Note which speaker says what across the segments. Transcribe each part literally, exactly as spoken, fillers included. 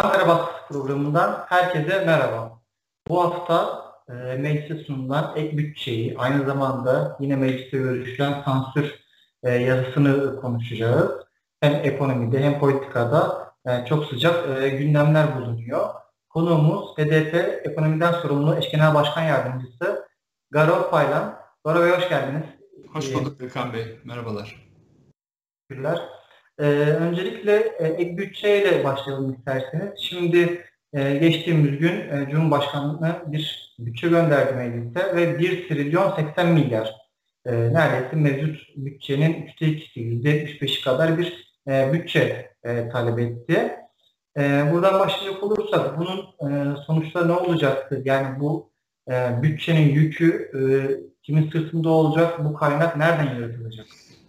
Speaker 1: Ankara Baskısı programından herkese merhaba. Bu hafta e, meclise sunulan ek bütçeyi, aynı zamanda yine mecliste görüşülen sansür e, yazısını konuşacağız. Hem ekonomide hem politikada e, çok sıcak e, gündemler bulunuyor. Konuğumuz H D P Ekonomiden Sorumlu Eş Genel Başkan Yardımcısı Garo Paylan. Garo Bey hoş geldiniz.
Speaker 2: Hoş bulduk Gürkan Bey, merhabalar.
Speaker 1: Teşekkürler. Ee, öncelikle e, ek bütçeyle başlayalım isterseniz. Şimdi e, geçtiğimiz gün e, Cumhurbaşkanlığı bir bütçe gönderdi meclise ve bir trilyon seksen milyar e, neredeyse mevcut bütçenin üçte ikisi, yüzde yetmiş beşi kadar bir e, bütçe e, talep etti. E, buradan başlayacak olursak bunun e, sonuçları ne olacaktır? Yani bu e, bütçenin yükü e, kimin sırtında olacak? Bu kaynak nereden yaratılacak?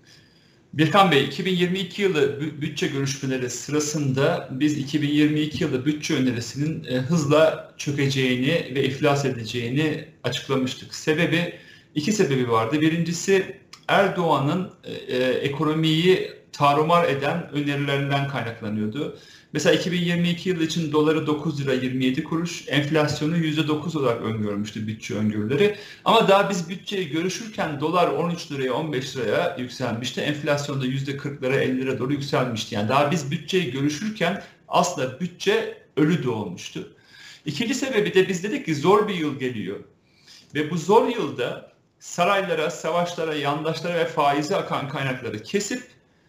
Speaker 2: Birkan Bey, iki bin yirmi iki yılı bütçe görüşmeleri sırasında biz iki bin yirmi iki yılı bütçe önerisinin hızla çökeceğini ve iflas edeceğini açıklamıştık. Sebebi, iki sebebi vardı. Birincisi Erdoğan'ın e, ekonomiyi tarumar eden önerilerinden kaynaklanıyordu. Mesela iki bin yirmi iki yılı için doları dokuz lira yirmi yedi kuruş, enflasyonu yüzde dokuz olarak öngörmüştü bütçe öngörüleri. Ama daha biz bütçeyi görüşürken dolar on üç liraya on beş liraya yükselmişti. Enflasyonda yüzde kırklara elli lira doğru yükselmişti. Yani daha biz bütçeyi görüşürken aslında bütçe ölü doğmuştu. İkinci sebebi de biz dedik ki zor bir yıl geliyor. Ve bu zor yılda saraylara, savaşlara, yandaşlara ve faize akan kaynakları kesip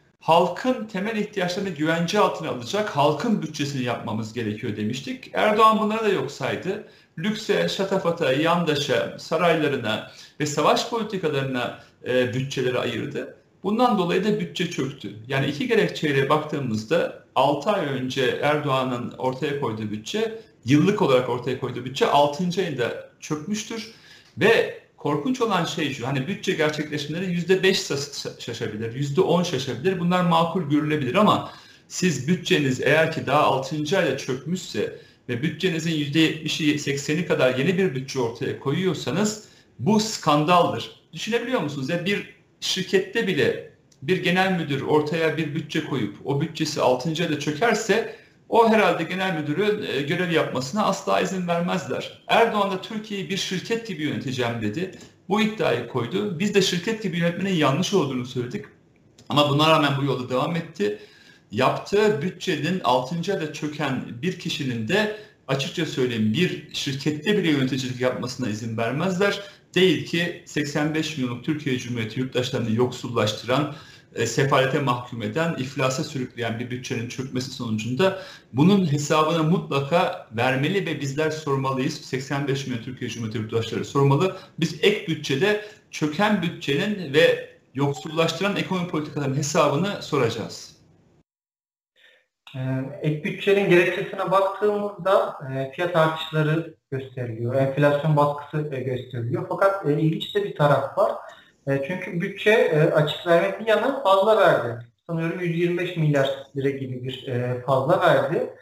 Speaker 2: halkın temel ihtiyaçlarını güvence altına alacak halkın bütçesini yapmamız gerekiyor demiştik. Erdoğan bunları da yok saydı. Lükse, şatafata, yandaşa, saraylarına ve savaş politikalarına e, bütçeleri ayırdı. Bundan dolayı da bütçe çöktü. Yani iki gerekçeyle baktığımızda altı ay önce Erdoğan'ın ortaya koyduğu bütçe, yıllık olarak ortaya koyduğu bütçe altıncı ayında çökmüştür. Ve korkunç olan şey şu, hani bütçe gerçekleşmeleri yüzde beş şaşabilir, yüzde on şaşabilir. Bunlar makul görülebilir ama siz bütçeniz eğer ki daha altıncı ayda çökmüşse ve bütçenizin yüzde yetmişi sekseni kadar yeni bir bütçe ortaya koyuyorsanız bu skandaldır. Düşünebiliyor musunuz? Ya bir şirkette bile bir genel müdür ortaya bir bütçe koyup o bütçesi altıncı ayda çökerse o herhalde genel müdürü e, görev yapmasına asla izin vermezler. Erdoğan da Türkiye'yi bir şirket gibi yöneteceğim dedi. Bu iddiayı koydu. Biz de şirket gibi yönetmenin yanlış olduğunu söyledik. Ama buna rağmen bu yolda devam etti. Yaptığı bütçenin altıncı ayda çöken bir kişinin de açıkça söyleyeyim bir şirkette bile yöneticilik yapmasına izin vermezler. Değil ki seksen beş milyonluk Türkiye Cumhuriyeti yurttaşlarını yoksullaştıran, sefalete mahkum eden, iflasa sürükleyen bir bütçenin çökmesi sonucunda bunun hesabını mutlaka vermeli ve bizler sormalıyız. seksen beş milyon Türkiye Cumhuriyeti yurttaşları sormalı. Biz ek bütçede çöken bütçenin ve yoksullaştıran ekonomi politikalarının hesabını soracağız.
Speaker 1: Ek bütçenin gerekçesine baktığımızda fiyat artışları gösteriliyor, enflasyon baskısı gösteriliyor. Fakat ilginç de bir taraf var. Çünkü bütçe açık vermek bir yana fazla verdi. Sanıyorum yüz yirmi beş milyar lira gibi bir fazla verdi.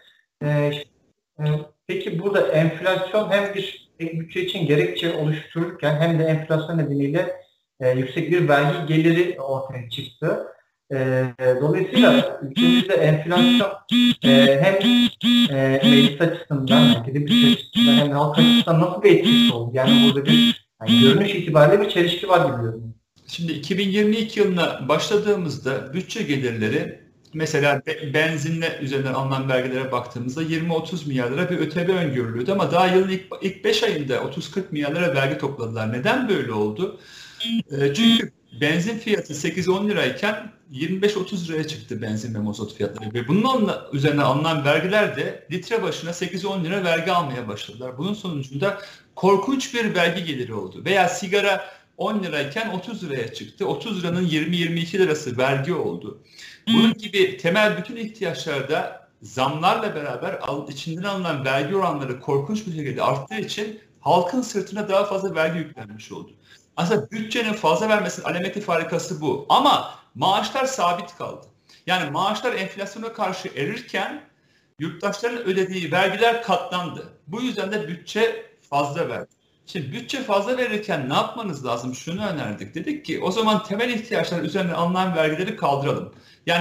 Speaker 1: Peki burada enflasyon hem bir ek bütçe için gerekçe oluştururken hem de enflasyon nedeniyle yüksek bir vergi geliri ortaya çıktı. Dolayısıyla ülkemizde enflasyon hem meclis açısından, gidip bir açısından hem de halk açısından nasıl bir etkisi oldu? Yani burada bir yani görünüş itibariyle bir çelişki var gibi görünüyor.
Speaker 2: Şimdi iki bin yirmi iki yılına başladığımızda bütçe gelirleri mesela benzinle üzerinden alınan vergilere baktığımızda yirmi otuz milyar lira bir ÖTV öngörülüyordu ama daha yılın ilk, ilk beş ayında otuz kırk milyar lira vergi topladılar. Neden böyle oldu? E, çünkü benzin fiyatı sekiz on lirayken yirmi beş otuz liraya çıktı benzin ve mazot fiyatları ve bunun üzerine alınan vergiler de litre başına sekiz on lira vergi almaya başladılar. Bunun sonucunda korkunç bir vergi geliri oldu. Veya sigara on lirayken otuz liraya çıktı. otuz liranın yirmi yirmi iki lirası vergi oldu. Bunun gibi temel bütün ihtiyaçlarda zamlarla beraber içinden alınan vergi oranları korkunç bir şekilde arttığı için halkın sırtına daha fazla vergi yüklenmiş oldu. Aslında bütçenin fazla vermesinin alameti farikası bu. Ama maaşlar sabit kaldı. Yani maaşlar enflasyona karşı erirken yurttaşların ödediği vergiler katlandı. Bu yüzden de bütçe fazla verdi. Şimdi bütçe fazla verirken ne yapmanız lazım? Şunu önerdik. Dedik ki o zaman temel ihtiyaçlar üzerine alınan vergileri kaldıralım. Yani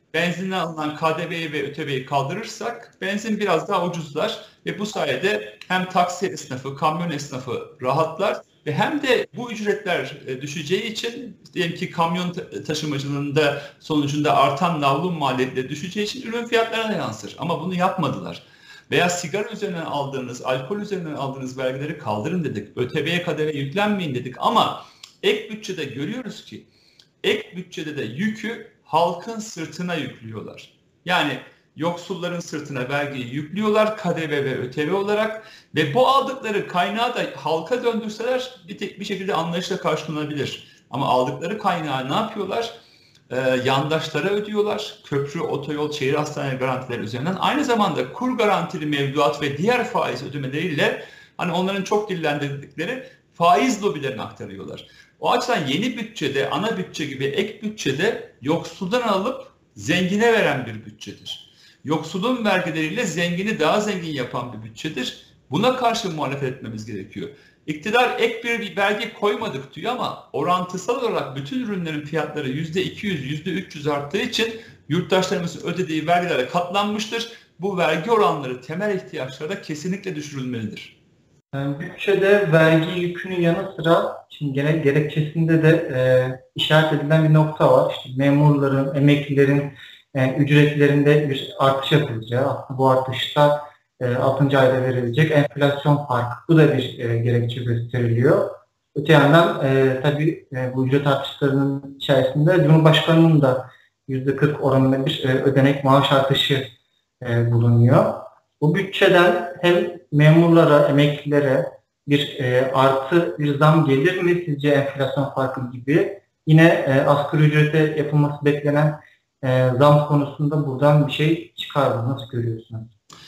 Speaker 2: benzinle alınan K D V'yi ve ÖTV'yi kaldırırsak benzin biraz daha ucuzlar ve bu sayede hem taksi esnafı, kamyon esnafı rahatlar ve hem de bu ücretler düşeceği için diyelim ki kamyon taşımacılığında sonucunda artan navlun maliyetleri düşeceği için ürün fiyatlarına yansır. Ama bunu yapmadılar. Veya sigara üzerinden aldığınız, alkol üzerinden aldığınız vergileri kaldırın dedik. ÖTV'ye K D V'ye yüklenmeyin dedik ama ek bütçede görüyoruz ki ek bütçede de yükü halkın sırtına yüklüyorlar. Yani yoksulların sırtına vergiyi yüklüyorlar K D V ve ÖTV olarak ve bu aldıkları kaynağı da halka döndürseler bir, tek, bir şekilde anlayışla karşılanabilir. Ama aldıkları kaynağı ne yapıyorlar? Ee, yandaşlara ödüyorlar. Köprü, otoyol, şehir hastane garantileri üzerinden. Aynı zamanda kur garantili mevduat ve diğer faiz ödemeleriyle hani onların çok dillendirdikleri faiz lobilerine aktarıyorlar. O açıdan yeni bütçede, ana bütçe gibi ek bütçede yoksuldan alıp zengine veren bir bütçedir. Yoksulun vergileriyle zengini daha zengin yapan bir bütçedir. Buna karşı muhalefet etmemiz gerekiyor. İktidar ek bir vergi koymadık diyor ama orantısal olarak bütün ürünlerin fiyatları yüzde iki yüz, yüzde üç yüz arttığı için yurttaşlarımızın ödediği vergilere katlanmıştır. Bu vergi oranları temel ihtiyaçlara kesinlikle düşürülmelidir.
Speaker 1: Yani bütçede vergi yükünün yanı sıra şimdi genel gerekçesinde de e, işaret edilen bir nokta var. İşte memurların, emeklilerin e, ücretlerinde bir artış yapılacağı. Aslında bu artışta e, altıncı ayda verilecek enflasyon farkı. Bu da bir e, gerekçe gösteriliyor. Öte yandan e, tabii e, bu ücret artışlarının içerisinde Cumhurbaşkanı'nın da yüzde kırk oranında bir e, ödenek maaş artışı e, bulunuyor. Bu bütçeden hem memurlara, emeklilere bir e, artı bir zam gelir mi sizce enflasyon farkı gibi? Yine e, asgari ücrete yapılması beklenen e, zam konusunda buradan bir şey çıkar mı? Nasıl görüyorsunuz?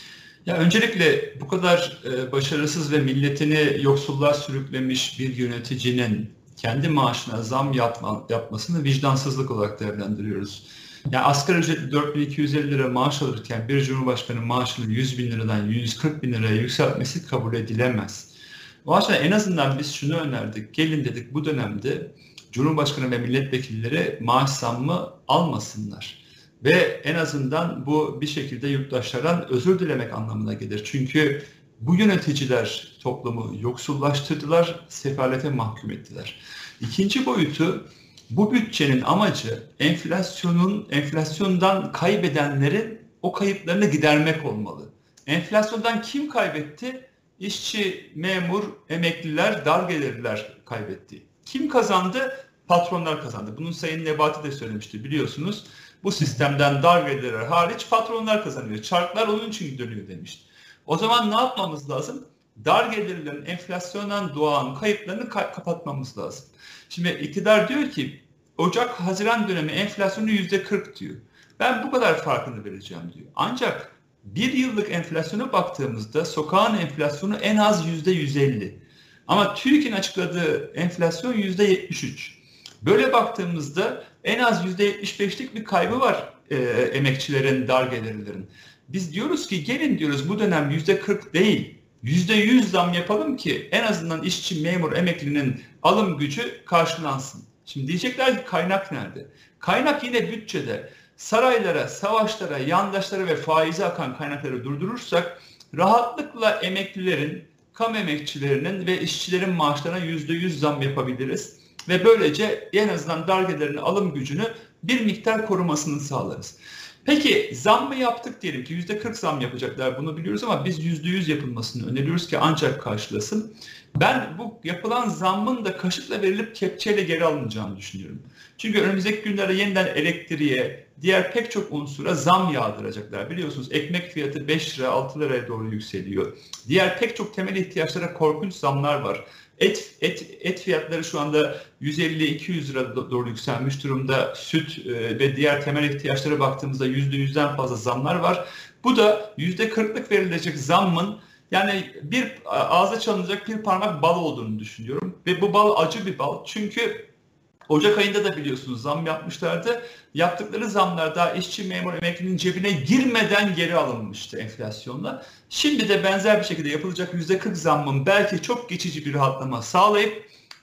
Speaker 2: Ya öncelikle bu kadar e, başarısız ve milletini yoksulluğa sürüklemiş bir yöneticinin kendi maaşına zam yapma, yapmasını vicdansızlık olarak değerlendiriyoruz. Yani asgari ücretli dört bin iki yüz elli lira maaş alırken bir cumhurbaşkanı maaşını yüz bin liradan yüz kırk bin liraya yükseltmesi kabul edilemez. O açıdan en azından biz şunu önerdik. Gelin dedik bu dönemde Cumhurbaşkanı ve milletvekilleri maaş zammı almasınlar. Ve en azından bu bir şekilde yurttaşlardan özür dilemek anlamına gelir. Çünkü bu yöneticiler toplumu yoksullaştırdılar, sefalete mahkum ettiler. İkinci boyutu, bu bütçenin amacı enflasyonun enflasyondan kaybedenlerin o kayıplarını gidermek olmalı. Enflasyondan kim kaybetti? İşçi, memur, emekliler, dar gelirliler kaybetti. Kim kazandı? Patronlar kazandı. Bunun Sayın Nebati de söylemişti biliyorsunuz. Bu sistemden dar gelirler hariç patronlar kazanıyor. Çarklar onun için dönüyor demişti. O zaman ne yapmamız lazım? Dar gelirlerin enflasyondan doğan kayıplarını ka- kapatmamız lazım. Şimdi iktidar diyor ki Ocak-Haziran dönemi enflasyonu yüzde kırk diyor. Ben bu kadar farkını vereceğim diyor. Ancak bir yıllık enflasyona baktığımızda sokağın enflasyonu en az yüzde yüz elli. Ama TÜİK'in açıkladığı enflasyon yüzde yetmiş üç. Böyle baktığımızda en az yüzde yetmiş beşlik bir kaybı var e, emekçilerin, dar gelirlerin. Biz diyoruz ki gelin diyoruz bu dönem yüzde kırk değil, yüzde yüz zam yapalım ki en azından işçi, memur, emeklinin alım gücü karşılansın. Şimdi diyecekler ki kaynak nerede? Kaynak yine bütçede. Saraylara, savaşlara, yandaşlara ve faize akan kaynakları durdurursak rahatlıkla emeklilerin, kamu emekçilerinin ve işçilerin maaşlarına yüzde yüz zam yapabiliriz. Ve böylece en azından dar gelirin alım gücünü bir miktar korumasını sağlarız. Peki zam mı yaptık diyelim ki yüzde kırk zam yapacaklar bunu biliyoruz ama biz yüzde yüz yapılmasını öneriyoruz ki ancak karşılasın. Ben bu yapılan zammın da kaşıkla verilip kepçeyle geri alınacağını düşünüyorum. Çünkü önümüzdeki günlerde yeniden elektriğe, diğer pek çok unsura zam yağdıracaklar. Biliyorsunuz ekmek fiyatı beş lira altı liraya doğru yükseliyor. Diğer pek çok temel ihtiyaçlara korkunç zamlar var. Et, et, et fiyatları şu anda yüz elli iki yüz lira doğru yükselmiş durumda. Süt e, ve diğer temel ihtiyaçlara baktığımızda yüzde yüzden fazla zamlar var. Bu da yüzde kırklık verilecek zammın yani bir ağza çalınacak bir parmak bal olduğunu düşünüyorum. Ve bu bal acı bir bal. Çünkü Ocak ayında da biliyorsunuz zam yapmışlardı. Yaptıkları zamlar daha işçi, memur, emeklinin cebine girmeden geri alınmıştı enflasyonla. Şimdi de benzer bir şekilde yapılacak yüzde kırk zammın belki çok geçici bir rahatlama sağlayıp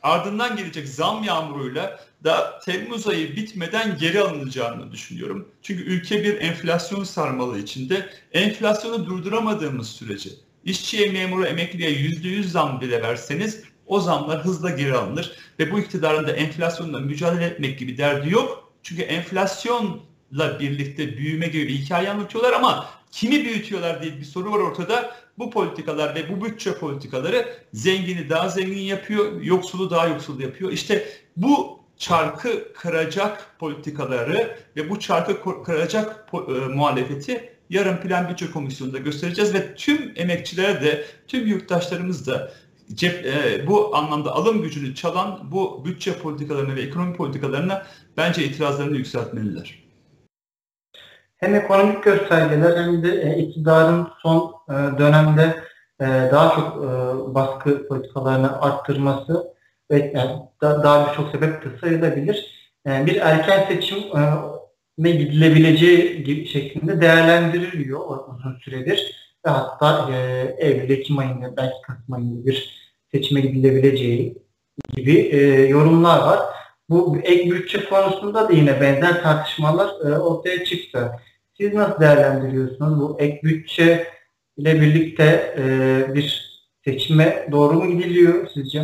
Speaker 2: ardından gelecek zam yağmuruyla da Temmuz ayı bitmeden geri alınacağını düşünüyorum. Çünkü ülke bir enflasyon sarmalı içinde. Enflasyonu durduramadığımız sürece işçiye, memura, emekliye yüzde yüz zam bile verseniz o zamlar hızla geri alınır. Ve bu iktidarın da enflasyonla mücadele etmek gibi derdi yok. Çünkü enflasyonla birlikte büyüme gibi bir hikaye anlatıyorlar ama kimi büyütüyorlar diye bir soru var ortada. Bu politikalar ve bu bütçe politikaları zengini daha zengin yapıyor, yoksulu daha yoksul yapıyor. İşte bu çarkı kıracak politikaları ve bu çarkı kıracak e, muhalefeti yarın Plan Bütçe Komisyonu'nda göstereceğiz ve tüm emekçilere de, tüm yurttaşlarımız da cep, e, bu anlamda alım gücünü çalan bu bütçe politikalarına ve ekonomi politikalarına bence itirazlarını yükseltmeliler.
Speaker 1: Hem ekonomik göstergeler hem de e, iktidarın son e, dönemde e, daha çok e, baskı politikalarını arttırması ve yani, da, daha birçok sebep de sayılabilir. E, bir erken seçim e, gidilebileceği gibi şeklinde değerlendiriliyor uzun süredir. Ve hatta e, Eylül, Ekim ayında, belki Kasım ayında bir seçime gidilebileceği gibi e, yorumlar var. Bu ek bütçe konusunda da yine benzer tartışmalar e, ortaya çıktı. Siz nasıl değerlendiriyorsunuz? Bu ek bütçe ile birlikte e, bir seçime doğru mu gidiliyor sizce?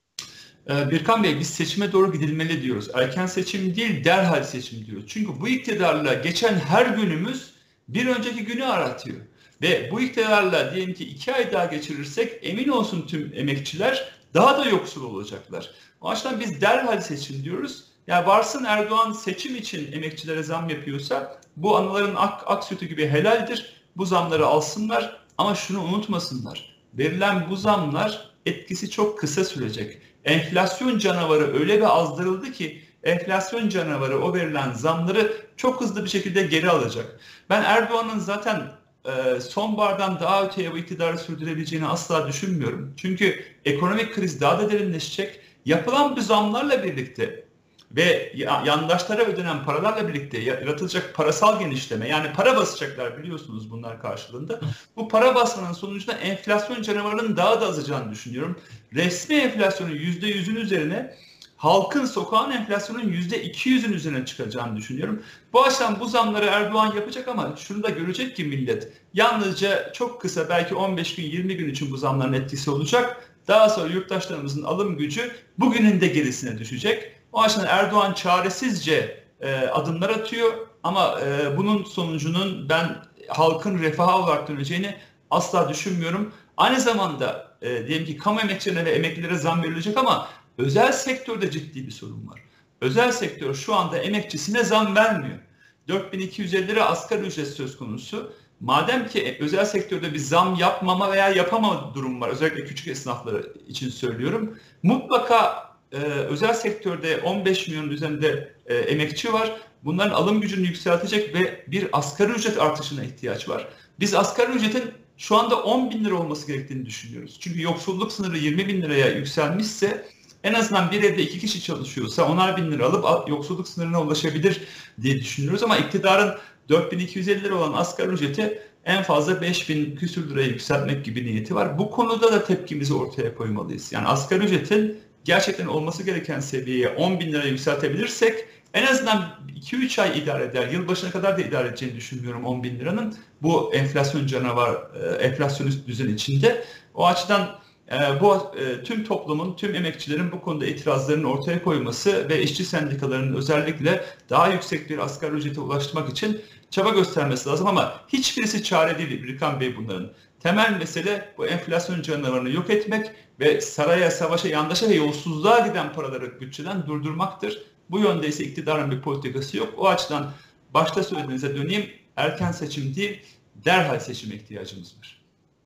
Speaker 2: Birkan Bey, biz seçime doğru gidilmeli diyoruz. Erken seçim değil, derhal seçim diyoruz. Çünkü bu iktidarla geçen her günümüz bir önceki günü aratıyor. Ve bu iktidarla diyelim ki iki ay daha geçirirsek emin olsun tüm emekçiler daha da yoksul olacaklar. O açıdan biz derhal seçim diyoruz. Yani varsın Erdoğan seçim için emekçilere zam yapıyorsa bu anaların ak, ak sütü gibi helaldir. Bu zamları alsınlar ama şunu unutmasınlar. Verilen bu zamlar etkisi çok kısa sürecek. Enflasyon canavarı öyle bir azdırıldı ki enflasyon canavarı o verilen zamları çok hızlı bir şekilde geri alacak. Ben Erdoğan'ın zaten e, sonbahardan daha öteye bu iktidarı sürdürebileceğini asla düşünmüyorum. Çünkü ekonomik kriz daha da derinleşecek. Yapılan bu zamlarla birlikte ve yandaşlara ödenen paralarla birlikte yaratılacak parasal genişleme, yani para basacaklar biliyorsunuz bunlar karşılığında. Bu para basmanın sonucunda enflasyon canavarının daha da azacağını düşünüyorum. Resmi enflasyonun yüzde yüzün üzerine, halkın sokağın enflasyonun yüzde iki yüzün üzerine çıkacağını düşünüyorum. Bu açıdan bu zamları Erdoğan yapacak ama şunu da görecek ki millet, yalnızca çok kısa, belki on beş gün yirmi gün için bu zamların etkisi olacak. Daha sonra yurttaşlarımızın alım gücü bugünün de gerisine düşecek. O açıdan Erdoğan çaresizce e, adımlar atıyor ama e, bunun sonucunun ben halkın refaha olarak döneceğini asla düşünmüyorum. Aynı zamanda e, diyelim ki kamu emekçilerine ve emeklilere zam verilecek ama özel sektörde ciddi bir sorun var. Özel sektör şu anda emekçisine zam vermiyor. dört bin iki yüz elli lira asgari ücret söz konusu. Madem ki özel sektörde bir zam yapmama veya yapamama durum var, özellikle küçük esnafları için söylüyorum, mutlaka Ee, özel sektörde on beş milyonun üzerinde e, emekçi var. Bunların alım gücünü yükseltecek ve bir asgari ücret artışına ihtiyaç var. Biz asgari ücretin şu anda on bin lira olması gerektiğini düşünüyoruz. Çünkü yoksulluk sınırı yirmi bin liraya yükselmişse en azından bir evde iki kişi çalışıyorsa onar bin lira alıp yoksulluk sınırına ulaşabilir diye düşünüyoruz. Ama iktidarın dört bin iki yüz elli lira olan asgari ücreti en fazla beş bin küsür liraya yükseltmek gibi niyeti var. Bu konuda da tepkimizi ortaya koymalıyız. Yani asgari ücretin gerçekten olması gereken seviyeye on bin liraya yükseltebilirsek en azından iki üç ay idare eder. Yılbaşına kadar da idare edeceğini düşünmüyorum on bin liranın. Bu enflasyon canavar, enflasyonist düzen içinde. O açıdan bu tüm toplumun, tüm emekçilerin bu konuda itirazlarını ortaya koyması ve işçi sendikalarının özellikle daha yüksek bir asgari ücrete ulaşmak için çaba göstermesi lazım ama hiçbirisi çare değil Birkan Bey bunların. Temel mesele bu enflasyon canavarını yok etmek ve saraya, savaşa, yandaşa ve yolsuzluğa giden paraları bütçeden durdurmaktır. Bu yönde ise iktidarın bir politikası yok. O açıdan başta söylediğinize döneyim, erken seçim değil, derhal seçime ihtiyacımız var.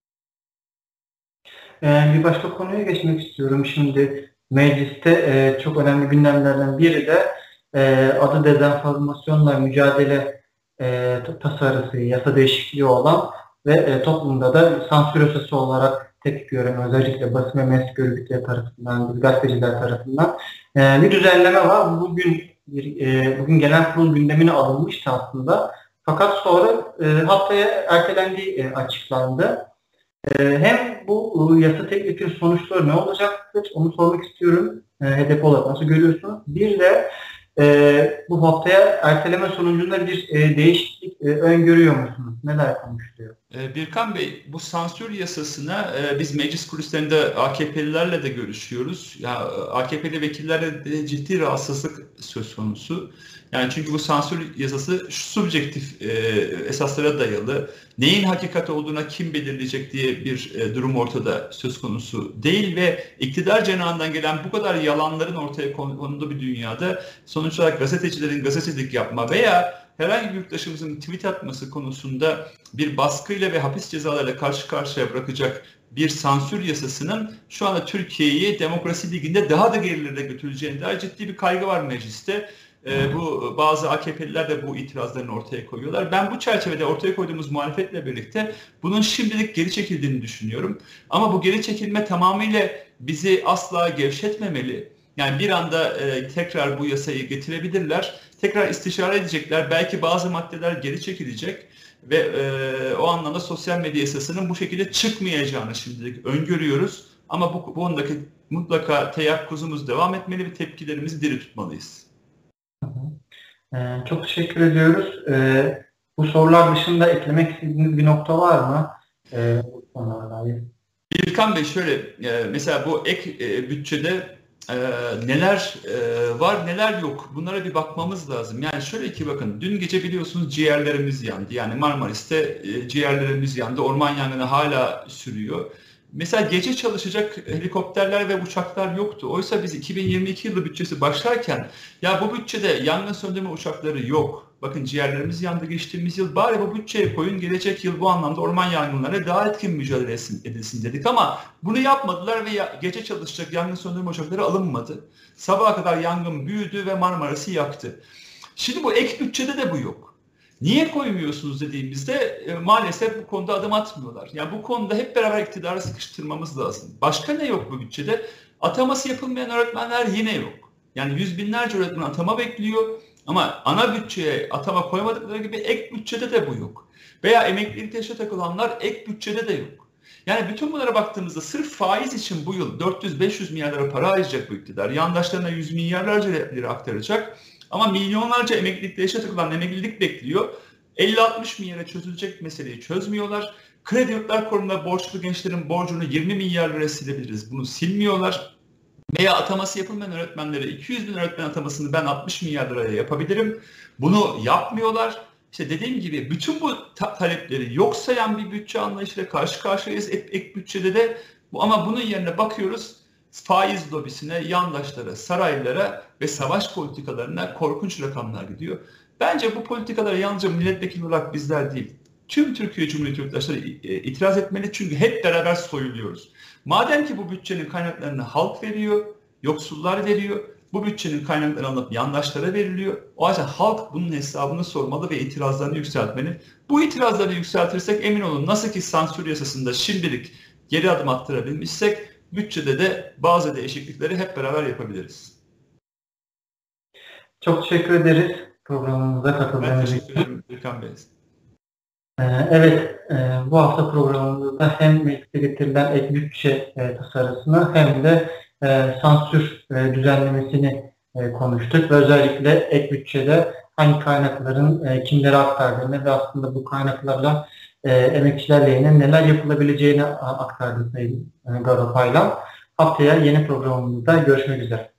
Speaker 1: Ee, bir başka konuya geçmek istiyorum. Şimdi mecliste e, çok önemli gündemlerden biri de e, adı dezenformasyonla mücadele e, tasarısı, yasa değişikliği olan ve e, toplumda da sansür yasası olarak tepki gören, özellikle basın ve meslek örgütleri tarafından, gazeteciler tarafından e, bir düzenleme var. Bugün bir, e, bugün genel kurul gündemine alınmıştı aslında. Fakat sonra e, haftaya ertelendiği e, açıklandı. E, hem bu e, yasa teklifin sonuçları ne olacaktır onu sormak istiyorum. E, hedef olarak nasıl görüyorsunuz? Bir de e, bu haftaya erteleme sonucunda bir e, değişiklik e, öngörüyor musunuz? Neler konuşuluyor?
Speaker 2: Ee, Birkan Bey, bu sansür yasasına e, biz meclis kulislerinde A K P'lilerle de görüşüyoruz. Ya A K P'li vekillerle de ciddi rahatsızlık söz konusu. Yani çünkü bu sansür yasası subjektif e, esaslara dayalı. Neyin hakikat olduğuna kim belirleyecek diye bir e, durum ortada söz konusu değil ve iktidar cenahından gelen bu kadar yalanların ortaya konulduğu bir dünyada sonuç olarak gazetecilerin gazetecilik yapma veya herhangi bir yurttaşımızın tweet atması konusunda bir baskıyla ve hapis cezalarıyla karşı karşıya bırakacak bir sansür yasasının şu anda Türkiye'yi demokrasi liginde daha da gerilere götüreceğine dair ciddi bir kaygı var mecliste. Ee, bu bazı A K P'liler de bu itirazlarını ortaya koyuyorlar. Ben bu çerçevede ortaya koyduğumuz muhalefetle birlikte bunun şimdilik geri çekildiğini düşünüyorum. Ama bu geri çekilme tamamıyla bizi asla gevşetmemeli. Yani bir anda e, tekrar bu yasayı getirebilirler. Tekrar istişare edecekler. Belki bazı maddeler geri çekilecek. Ve e, o anlamda sosyal medya yasasının bu şekilde çıkmayacağını şimdilik öngörüyoruz. Ama bu, bu konudaki mutlaka teyakkuzumuz devam etmeli ve tepkilerimizi diri tutmalıyız.
Speaker 1: Ee, çok teşekkür ediyoruz. Ee, bu sorular dışında eklemek istediğiniz bir nokta var mı? Ee, bu konulara dair.
Speaker 2: İlkan Bey şöyle, e, mesela bu ek e, bütçede e, neler e, var neler yok bunlara bir bakmamız lazım. Yani şöyle ki bakın dün gece biliyorsunuz ciğerlerimiz yandı. Yani Marmaris'te e, ciğerlerimiz yandı. Orman yangını hala sürüyor. Mesela gece çalışacak helikopterler ve uçaklar yoktu. Oysa biz iki bin yirmi iki yılı bütçesi başlarken ya bu bütçede yangın söndürme uçakları yok. Bakın ciğerlerimiz yandı geçtiğimiz yıl. Bari bu bütçeye koyun gelecek yıl bu anlamda orman yangınlarına daha etkin mücadele edilsin dedik. Ama bunu yapmadılar ve ya, gece çalışacak yangın söndürme uçakları alınmadı. Sabaha kadar yangın büyüdü ve Marmaris'i yaktı. Şimdi bu ek bütçede de bu yok. Niye koymuyorsunuz dediğimizde e, maalesef bu konuda adım atmıyorlar. Yani bu konuda hep beraber iktidarı sıkıştırmamız lazım. Başka ne yok bu bütçede? Ataması yapılmayan öğretmenler yine yok. Yani yüz binlerce öğretmen atama bekliyor ama ana bütçeye atama koymadıkları gibi ek bütçede de bu yok. Veya emeklilik yaşa takılanlar ek bütçede de yok. Yani bütün bunlara baktığımızda sırf faiz için bu yıl dört yüz beş yüz milyar lira para harcayacak bu iktidar. Yandaşlarına yüz milyarlarca lira aktaracak. Ama milyonlarca emeklilikte yaşa takılan emeklilik bekliyor. elli altmış milyara çözülecek meseleyi çözmüyorlar. Kredi Yurtlar Kurumu'nda borçlu gençlerin borcunu yirmi milyar liraya silebiliriz. Bunu silmiyorlar. Veya ataması yapılmayan öğretmenlere iki yüz bin öğretmen atamasını ben altmış milyar liraya yapabilirim. Bunu yapmıyorlar. İşte dediğim gibi bütün bu ta- talepleri yok sayan bir bütçe anlayışıyla karşı karşıyayız ek, ek bütçede de. Ama bunun yerine bakıyoruz faiz lobisine, yandaşlara, saraylara ve savaş politikalarına korkunç rakamlar gidiyor. Bence bu politikalara yalnızca milletvekili olarak bizler değil, tüm Türkiye Cumhuriyeti yurttaşları itiraz etmeli çünkü hep beraber soyuluyoruz. Madem ki bu bütçenin kaynaklarını halk veriyor, yoksullar veriyor, bu bütçenin kaynakları alınıp yandaşlara veriliyor. O yüzden halk bunun hesabını sormalı ve itirazlarını yükseltmeli. Bu itirazları yükseltirsek emin olun nasıl ki sansür yasasında şimdilik geri adım attırabilmişsek bütçede de bazı değişiklikleri hep beraber yapabiliriz.
Speaker 1: Çok teşekkür ederiz programımıza katıldığınız için.
Speaker 2: Ben teşekkür ederim İlkan Bey.
Speaker 1: Ee, evet, e, bu hafta programımızda hem meclise getirilen ek bütçe e, tasarısını hem de e, sansür e, düzenlemesini e, konuştuk. Ve özellikle ek bütçede hangi kaynakların e, kimlere aktardığını ve aslında bu kaynaklarla e, emekçiler lehine neler yapılabileceğini aktardı Sayın e, Garopaylan. Haftaya yeni programımızda görüşmek üzere.